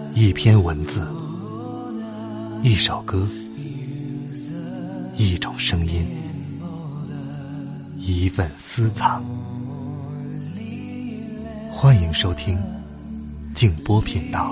一篇文字，一首歌，一种声音，一份私藏。欢迎收听静波频道。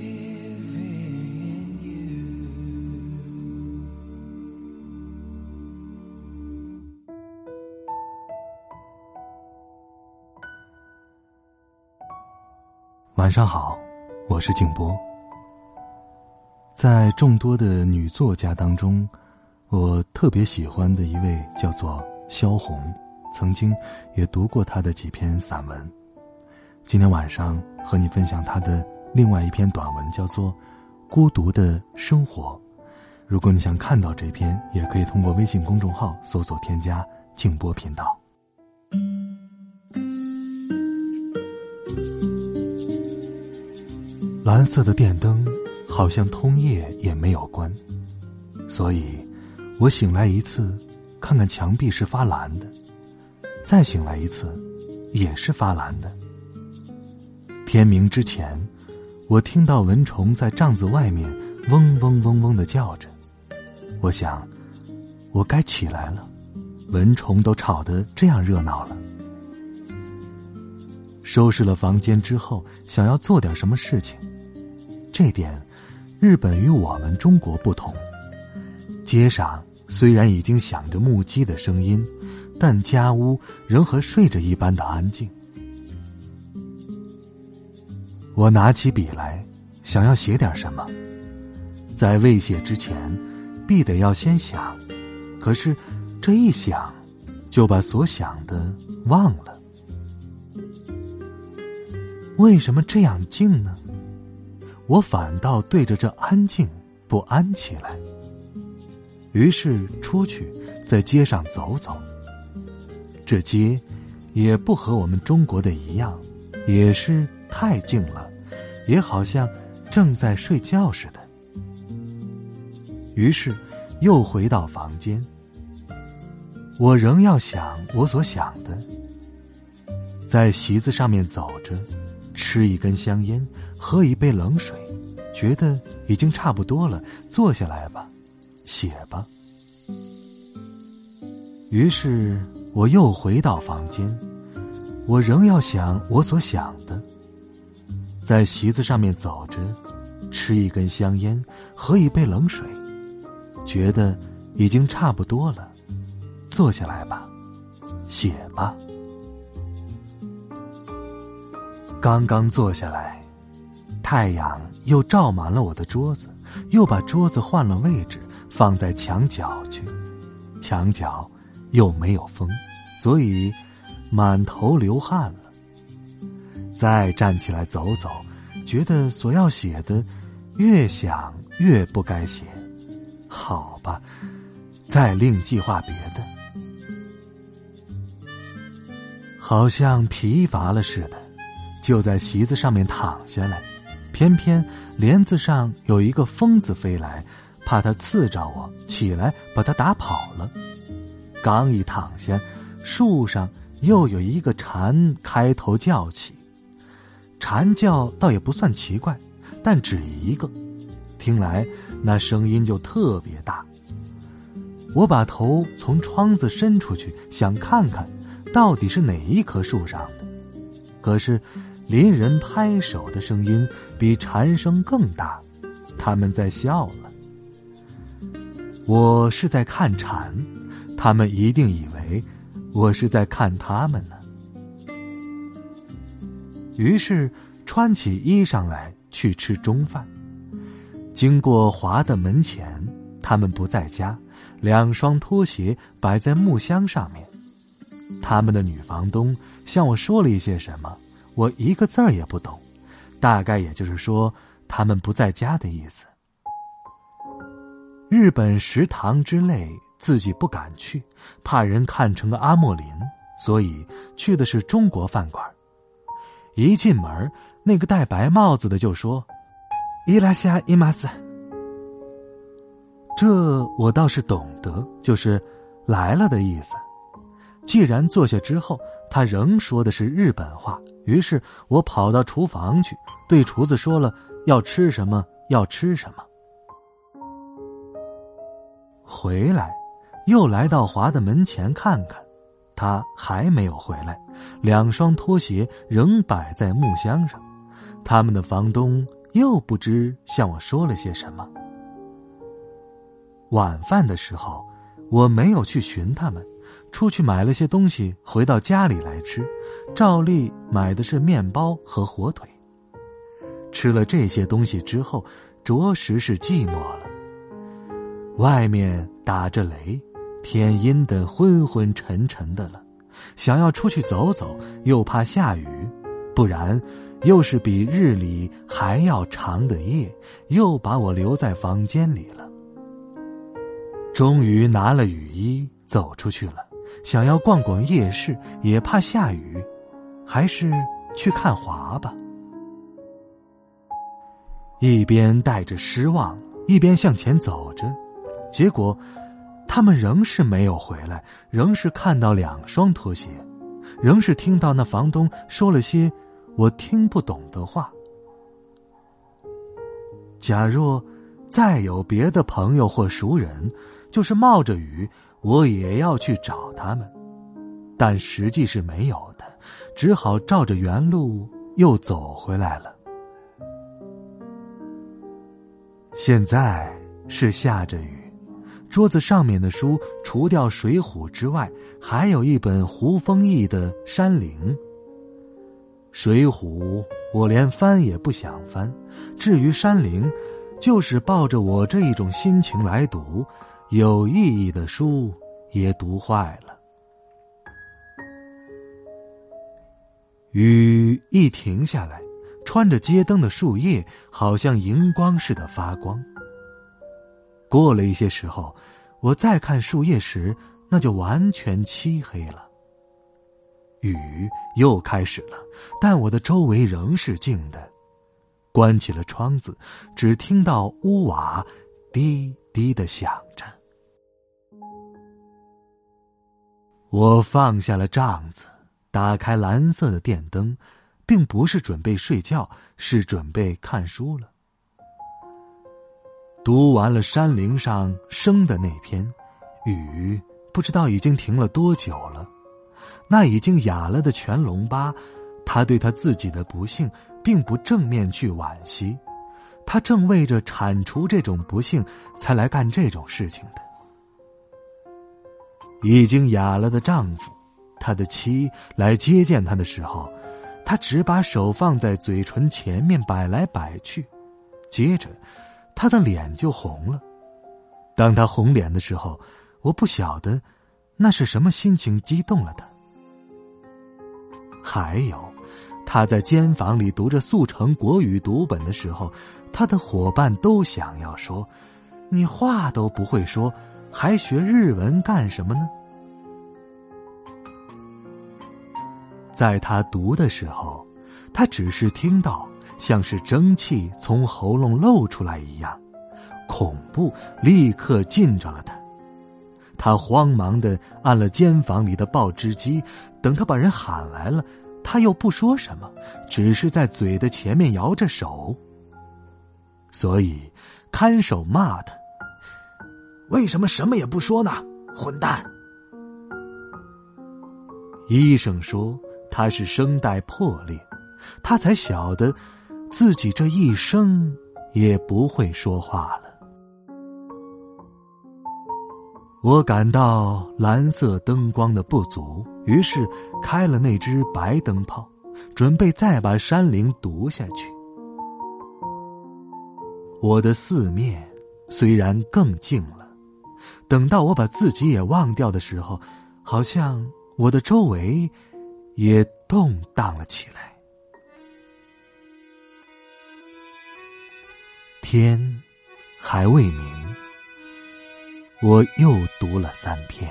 晚上好，我是静波。在众多的女作家当中，我特别喜欢的一位叫做萧红，曾经也读过她的几篇散文。今天晚上和你分享她的另外一篇短文，叫做《孤独的生活》。如果你想看到这篇，也可以通过微信公众号搜索添加静波频道。蓝色的电灯好像通夜也没有关，所以我醒来一次，看看墙壁是发蓝的，再醒来一次，也是发蓝的。天明之前，我听到蚊虫在帐子外面嗡嗡嗡嗡地叫着。我想，我该起来了，蚊虫都吵得这样热闹了。收拾了房间之后，想要做点什么事情。这点，日本与我们中国不同。街上虽然已经响着木屐的声音，但家屋仍和睡着一般的安静。我拿起笔来，想要写点什么。在未写之前，必得要先想，可是这一想，就把所想的忘了。为什么这样静呢？我反倒对着这安静不安起来。于是出去在街上走走。这街也不和我们中国的一样，也是太静了，也好像正在睡觉似的。于是又回到房间。我仍要想我所想的，在席子上面走着，吃一根香烟，喝一杯冷水，觉得已经差不多了，坐下来吧，写吧。于是我又回到房间，我仍要想我所想的，在席子上面走着，吃一根香烟，喝一杯冷水，觉得已经差不多了，坐下来吧，写吧。刚刚坐下来，太阳又照满了我的桌子，又把桌子换了位置，放在墙角去。墙角又没有风，所以满头流汗了。再站起来走走，觉得所要写的越想越不该写。好吧，再另计划别的。好像疲乏了似的，就在席子上面躺下来，偏偏帘子上有一个疯子飞来，怕他刺着我，起来把他打跑了。刚一躺下，树上又有一个蝉开头叫起。蝉叫倒也不算奇怪，但只一个，听来那声音就特别大。我把头从窗子伸出去，想看看到底是哪一棵树上的。可是邻人拍手的声音比蝉声更大，他们在笑了。我是在看蝉，他们一定以为我是在看他们呢。于是穿起衣裳来去吃中饭。经过华的门前，他们不在家，两双拖鞋摆在木箱上面。他们的女房东向我说了一些什么，我一个字儿也不懂，大概也就是说他们不在家的意思。日本食堂之类自己不敢去，怕人看成个阿莫林，所以去的是中国饭馆。一进门，那个戴白帽子的就说いらっしゃいます。这我倒是懂得，就是来了的意思。既然坐下之后， 他仍说的是日本话，于是我跑到厨房去，对厨子说了要吃什么要吃什么。回来又来到华的门前看看，他还没有回来，2双拖鞋仍摆在木箱上，他们的房东又不知向我说了些什么。晚饭的时候我没有去寻他们，出去买了些东西回到家里来吃，照例买的是面包和火腿。吃了这些东西之后，着实是寂寞了。外面打着雷，天阴得昏昏沉沉的了，想要出去走走，又怕下雨，不然又是比日里还要长的夜，又把我留在房间里了。终于拿了雨衣走出去了，想要逛逛夜市，也怕下雨，还是去看华吧。一边带着失望，一边向前走着，结果他们仍是没有回来，仍是看到2双拖鞋，仍是听到那房东说了些我听不懂的话。假若再有别的朋友或熟人，就是冒着雨我也要去找他们，但实际是没有的，只好照着原路又走回来了。现在是下着雨，桌子上面的书除掉《水浒》之外，还有一本胡风义的《山林》。《水浒》我连翻也不想翻，至于《山林》，就是抱着我这一种心情来读，有意义的书也读坏了。雨一停下来，穿着街灯的树叶好像荧光似的发光。过了一些时候，我再看树叶时，那就完全漆黑了。雨又开始了，但我的周围仍是静的。关起了窗子，只听到屋瓦滴滴地响着。我放下了帐子，打开蓝色的电灯，并不是准备睡觉，是准备看书了。读完了山林上生的那篇，雨不知道已经停了多久了。那已经哑了的全龙八，他对他自己的不幸并不正面去惋惜，他正为着铲除这种不幸才来干这种事情的。已经哑了的丈夫，他的妻来接见他的时候，他只把手放在嘴唇前面摆来摆去，接着他的脸就红了。当他红脸的时候，我不晓得那是什么心情激动了他。还有他在监房里读着速成国语读本的时候，他的伙伴都想要说，你话都不会说，还学日文干什么呢？在他读的时候，他只是听到像是蒸汽从喉咙漏出来一样，恐怖立刻浸着了他。他慌忙地按了监房里的报纸机，等他把人喊来了，他又不说什么，只是在嘴的前面摇着手。所以看守骂他，为什么什么也不说呢？混蛋！医生说他是声带破裂，他才晓得自己这一生也不会说话了。我感到蓝色灯光的不足，于是开了那只白灯泡，准备再把山林读下去。我的四面虽然更静了，等到我把自己也忘掉的时候，好像我的周围也动荡了起来。天还未明，我又读了3篇。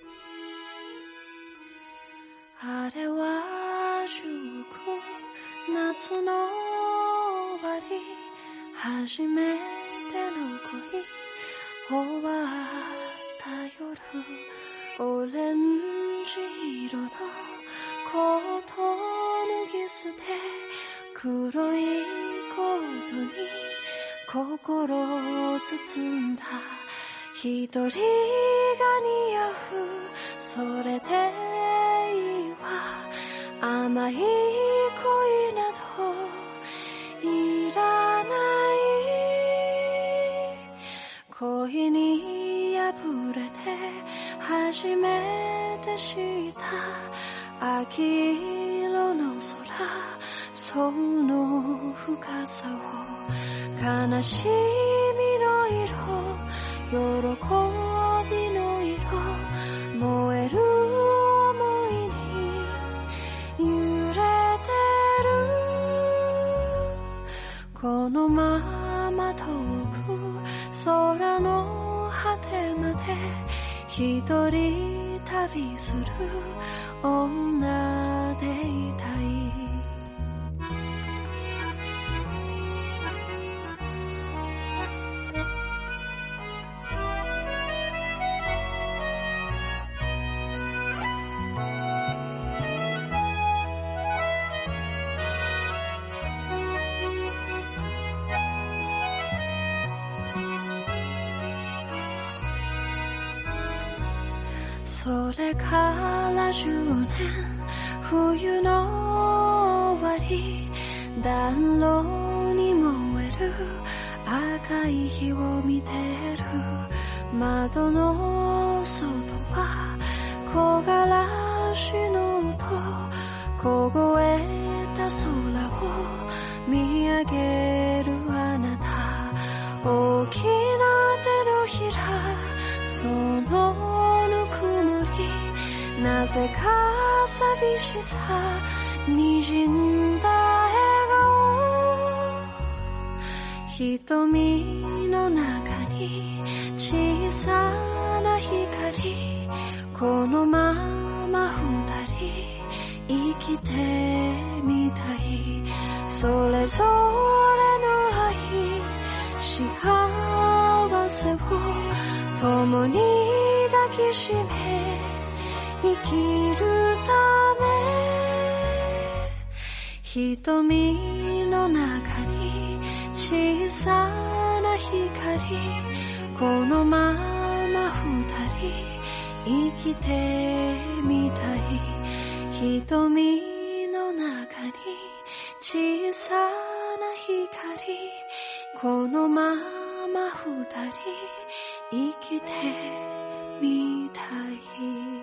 あれは10夏の終わり、初めての恋、終わった夜、オレンジ色のこと脱ぎ捨て黒いコートに心を包んだ一人が似合うそれでいいわ甘い恋などいらない恋に破れて初めて知った秋色の空その深さを悲しみの色喜びの色燃える想いに揺れてるこのまま遠く空の果てまで一人旅する女でいたいそれから10年冬の終わり暖炉に燃える赤い火を見てる窓の外は木枯らしの音凍えた空を見上げるあなた大きな手のひらそのぬくもりなぜか寂しさ滲んだ笑顔瞳の中に小さな光このまま二人生きてみたいそれぞれの愛幸せを共に抱きしめ生きるため瞳の中に小さな光このまま二人生きてみたい瞳の中に小さな光このまま二人生きてみたい